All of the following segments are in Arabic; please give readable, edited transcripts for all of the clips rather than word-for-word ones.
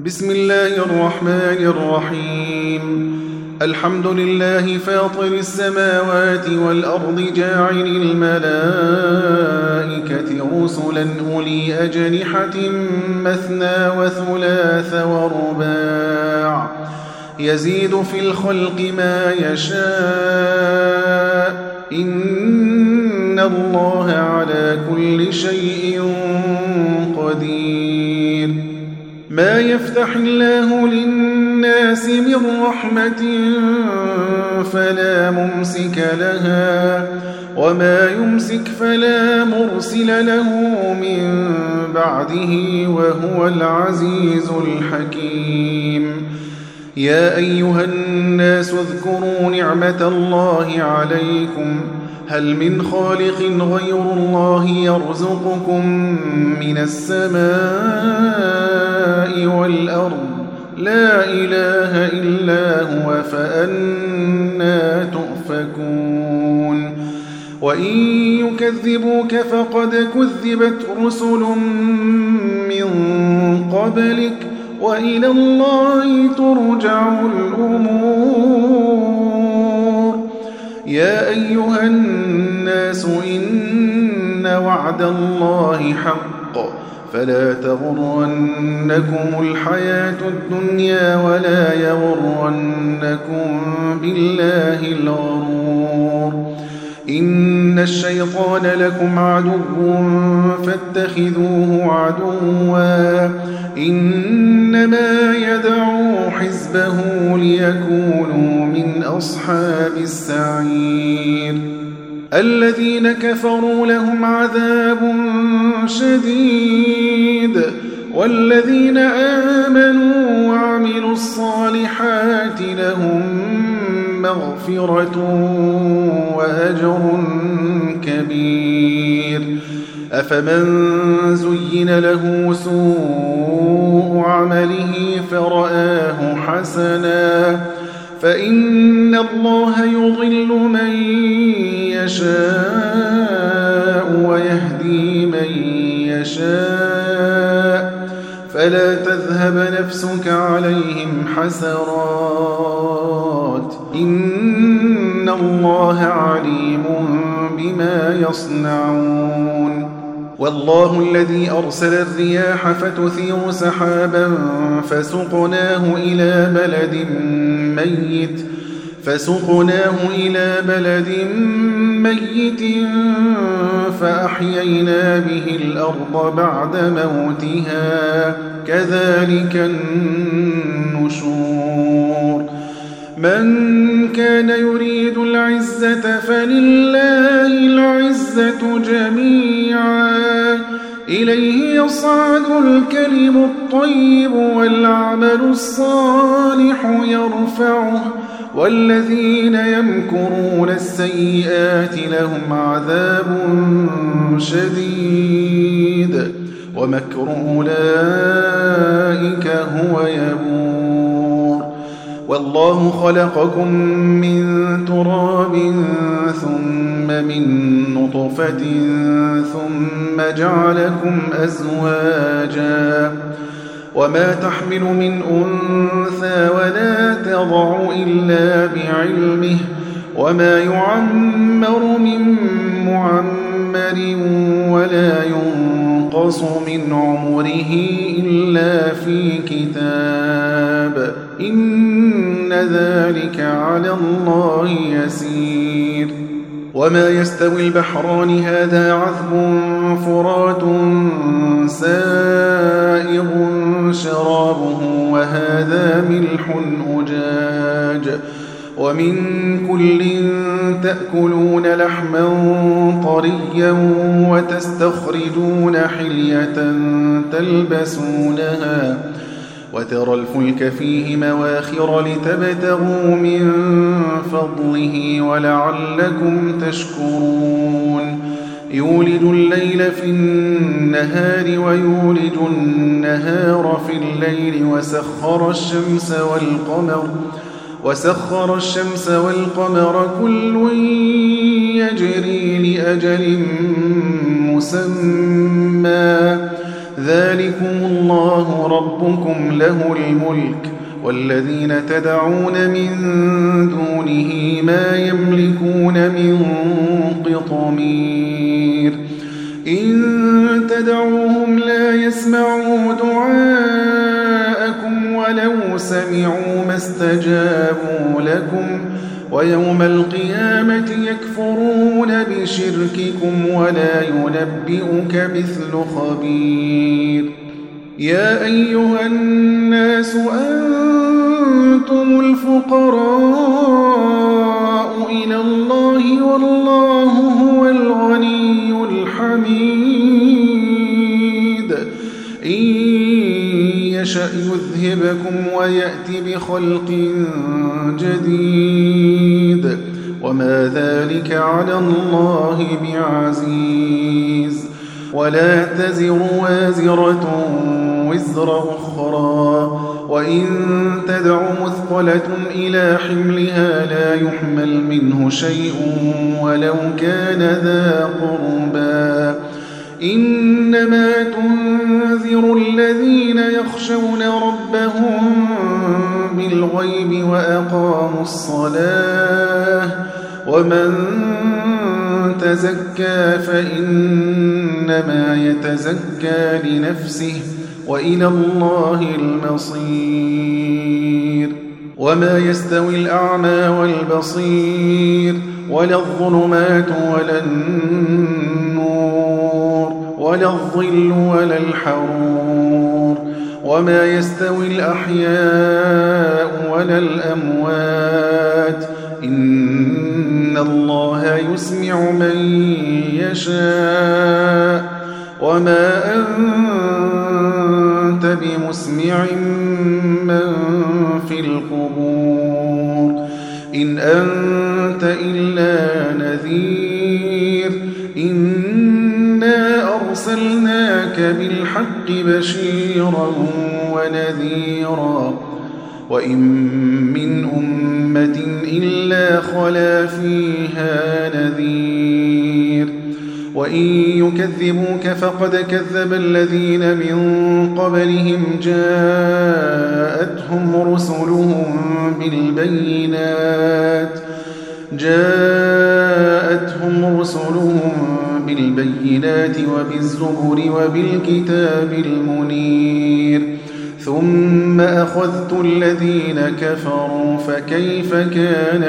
بسم الله الرحمن الرحيم. الحمد لله فاطر السماوات والأرض جاعل الملائكة رسلا أولي أجنحة مثنى وثلاث ورباع يزيد في الخلق ما يشاء إن الله على كل شيء قدير. ما يفتح الله للناس من رحمة فلا ممسك لها وما يمسك فلا مرسل له من بعده وهو العزيز الحكيم. يا أيها الناس اذكروا نعمة الله عليكم هل من خالق غير الله يرزقكم من السماء والأرض لا إله إلا هو فأنى تؤفكون. وإن يكذبوك فقد كذبت رسل من قبلك وإلى الله ترجع الأمور. يا أيها الناس إن وعد الله حق فلا تغرنكم الحياة الدنيا ولا يغرنكم بالله الغرور. إن الشيطان لكم عدو فاتخذوه عدوا إنما يدعو حزبه ليكونوا من أصحاب السعير. الذين كفروا لهم عذاب شديد والذين آمنوا وعملوا الصالحات لهم مغفرة وأجر كبير. أفمن زين له سوء عمله فرآه حسنا فإن الله يضل من يشاء ويهدي من يشاء فلا تذهب نفسك عليهم حسرات إن الله عليم بما يصنعون. والله الذي أرسل الرياح فتثير سحابا فسقناه إلى بلد ميت فأحيينا به الأرض بعد موتها كذلك النشور. من كان يريد العزة فلله العزة جميعا إليه يصعد الكلم الطيب والعمل الصالح يرفعه والذين يمكرون السيئات لهم عذاب شديد ومكر أولئك هو يبور. والله خلقكم من تراب ثم من نطفة ثم جعلكم أزواجا وما تحمل من أنثى ولا تضع إلا بعلمه وما يعمر من معمر ولا ينقص من عمره إلا في كتاب إن ذلك على الله يسير. وما يستوي البحران هذا عذب فرات سائغ شرابه وهذا ملح أجاج ومن كل تأكلون لحما طريا وتستخرجون حلية تلبسونها وترى الفلك فيه مواخر لتبتغوا من فضله ولعلكم تشكرون. يولد الليل في النهار ويولد النهار في الليل وسخر الشمس والقمر كل يجري لأجل مسمى ذلكم الله ربكم له الملك والذين تدعون من دونه ما يملكون من قطمير إن تدعوهم لا يسمعوا دعاءكم ولو سمعوا ما استجابوا لكم ويوم القيامة يكفرون بشرككم ولا ينبئك مثل خبير يا أيها الناس أنتم الفقراء إلى الله والله هو الغني الحميد إن يشأ يذهبكم ويأتي بخلق جديد وما ذلك على الله بعزيز ولا تزر وازرة وزر أخرى وإن تدع مثقلة إلى حملها لا يحمل منه شيء ولو كان ذا قربى إنما تنذر الذين يخشون ربهم بالغيب وأقاموا الصلاة ومن تزكى فإنما يتزكى لنفسه وإلى الله المصير وما يستوي الأعمى والبصير ولا الظلمات ولا النور ولا الظل ولا الحرور وما يستوي الأحياء ولا الأموات إن الله يسمع من يشاء وما أنت بمسمع من في القبور إن أنت إلا نذير إنا أرسلناك بالحق بشيرا ونذيرا وإن من أمة إلا خلا فيها نذير وإن يكذبوك فقد كذب الذين من قبلهم جاءتهم رسلهم بالبينات وبالزبر وبالكتاب المنير ثم أخذت الذين كفروا فكيف كان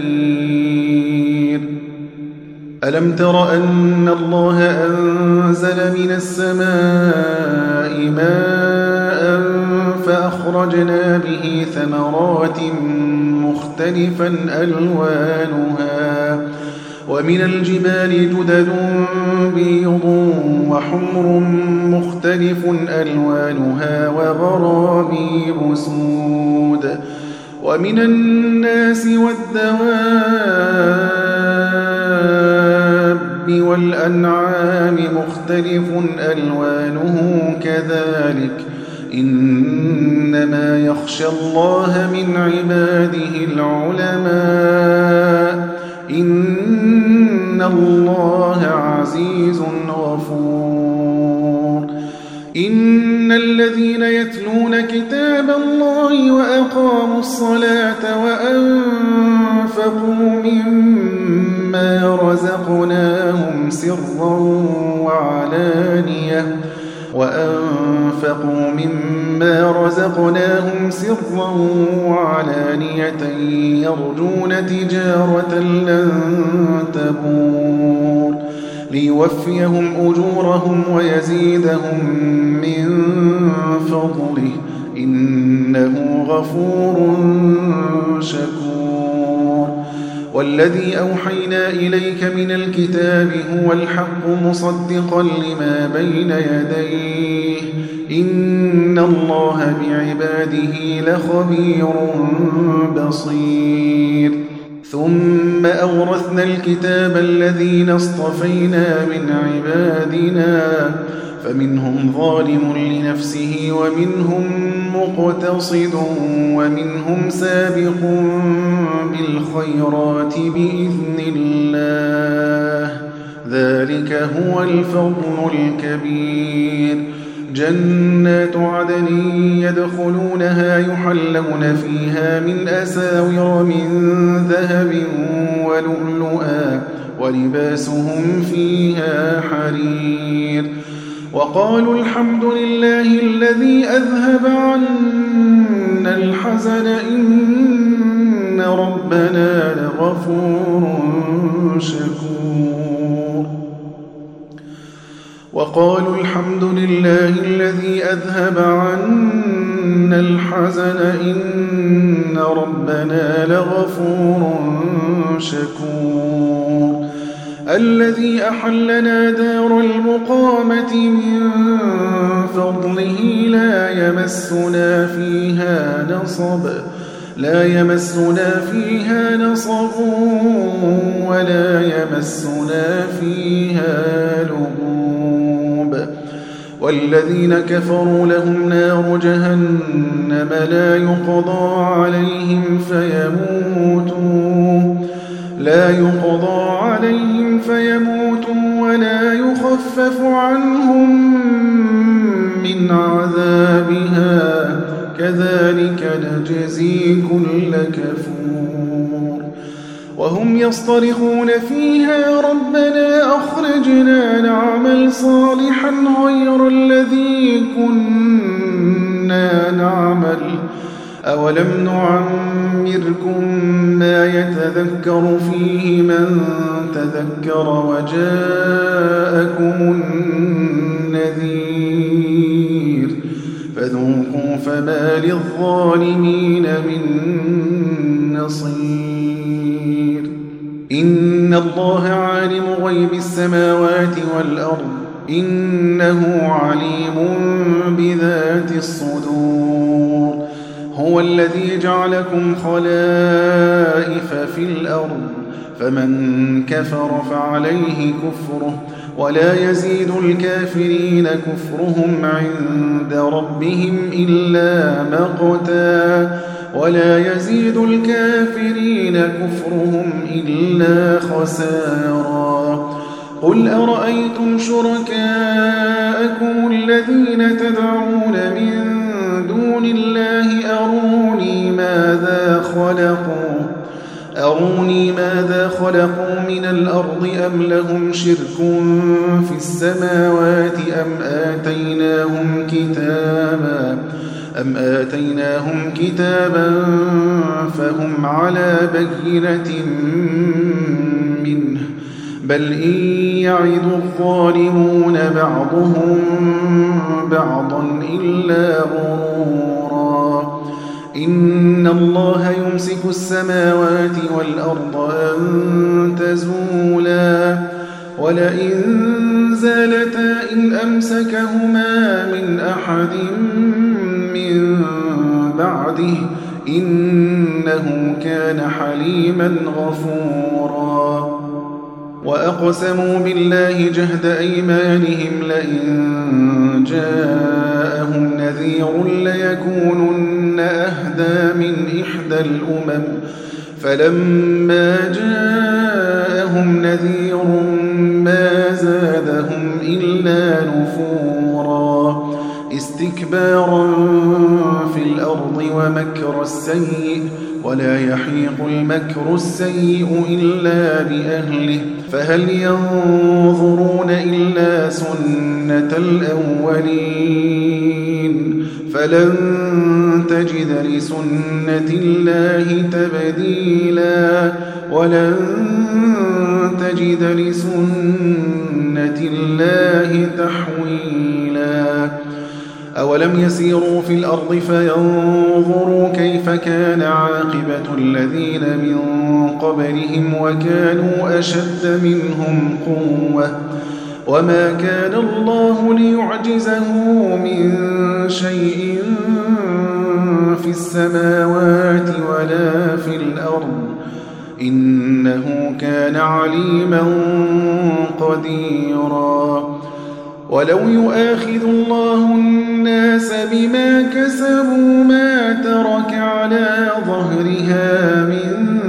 نكير ألم تر أن الله أنزل من السماء ماء فأخرجنا به ثمرات مختلفا ألوانها ومن الجبال جدد بيض وحمر مختلف ألوانها وغرابيب سود ومن الناس والدواب والأنعام مختلف ألوانه كذلك إنما يخشى الله من عباده العلماء إن الله عزيز غفور إن الذين يتلون كتاب الله وأقاموا الصلاة وأنفقوا مما رزقناهم سرا وعلانية يرجون تجارة لن تبور ليوفيهم أجورهم ويزيدهم من فضله إنه غفور شكور والذي أوحينا إليك من الكتاب هو الحق مصدقا لما بين يديه إن الله بعباده لخبير بصير ثم أورثنا الكتاب الذين اصطفينا من عبادنا فمنهم ظالم لنفسه ومنهم مقتصد ومنهم سابق بالخيرات بإذن الله ذلك هو الفضل الكبير جنات عدن يدخلونها يحلون فيها من أساور من ذهب ولؤلؤا ولباسهم فيها حرير وقالوا الحمد لله الذي أذهب عنا الحزن إن ربنا لغفور شكور وقالوا الحمد لله الذي أذهب عنا الحزن إن ربنا لغفور شكور الذي أحلنا دار المقامة من فضله لا يمسنا فيها نصب ولا يمسنا فيها لغوب والذين كفروا لهم نار جهنم لا يقضى عليهم فيموتوا ولا يخفف عنهم من عذابها كذلك نجزي كل كفور وهم يصطرخون فيها ربنا أخرجنا نعمل صالحا غير الذي كنا نعمل أولم نعمركم ما يتذكر فيه من تذكر وجاءكم النذير فذوقوا فما للظالمين من نصير إن الله عالم غيب السماوات والأرض إنه عليم بذات الصدور هو الذي جعلكم خلائف في الأرض فمن كفر فعليه كفره ولا يزيد الكافرين كفرهم عند ربهم إلا مقتا ولا يزيد الكافرين كفرهم إلا خسارا قل أرأيتم شركاءكم الذين تدعون من دون الله أروني ماذا خلقوا من الأرض أم لهم شرك في السماوات أم آتيناهم كتابا فهم على بينة منه بل إن يعد الظالمون بعضهم بعضا إلا غرورا إن الله يمسك السماوات والأرض أن تزولا ولئن زالتا إن أمسكهما من أحد من بعده إنه كان حليما غفورا وأقسموا بالله جهد أيمانهم لئن جاءهم نذير ليكونن أهدى من إحدى الأمم فلما جاءهم نذير ما زادهم إلا نفورا استكبارا في الأرض ومكر السيء ولا يحيق المكر السيء إلا بأهله فهل ينظرون إلا سنة الأولين فلن تجد لسنة الله تبديلا ولن تجد لسنة الله تحويلا أولم يسيروا في الأرض فينظروا كيف كان عاقبة الذين من قبلهم وكانوا أشد منهم قوة وما كان الله ليعجزه من شيء في السماوات ولا في الأرض إنه كان عليما قديرا ولو يؤاخذ الله الناس بما كسبوا ما ترك على ظهرها من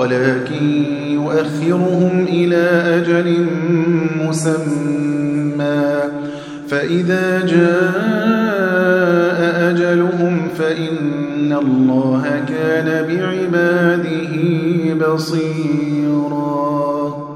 ولكن يؤخرهم إلى أجل مسمى فإذا جاء أجلهم فإن الله كان بعباده بصيراً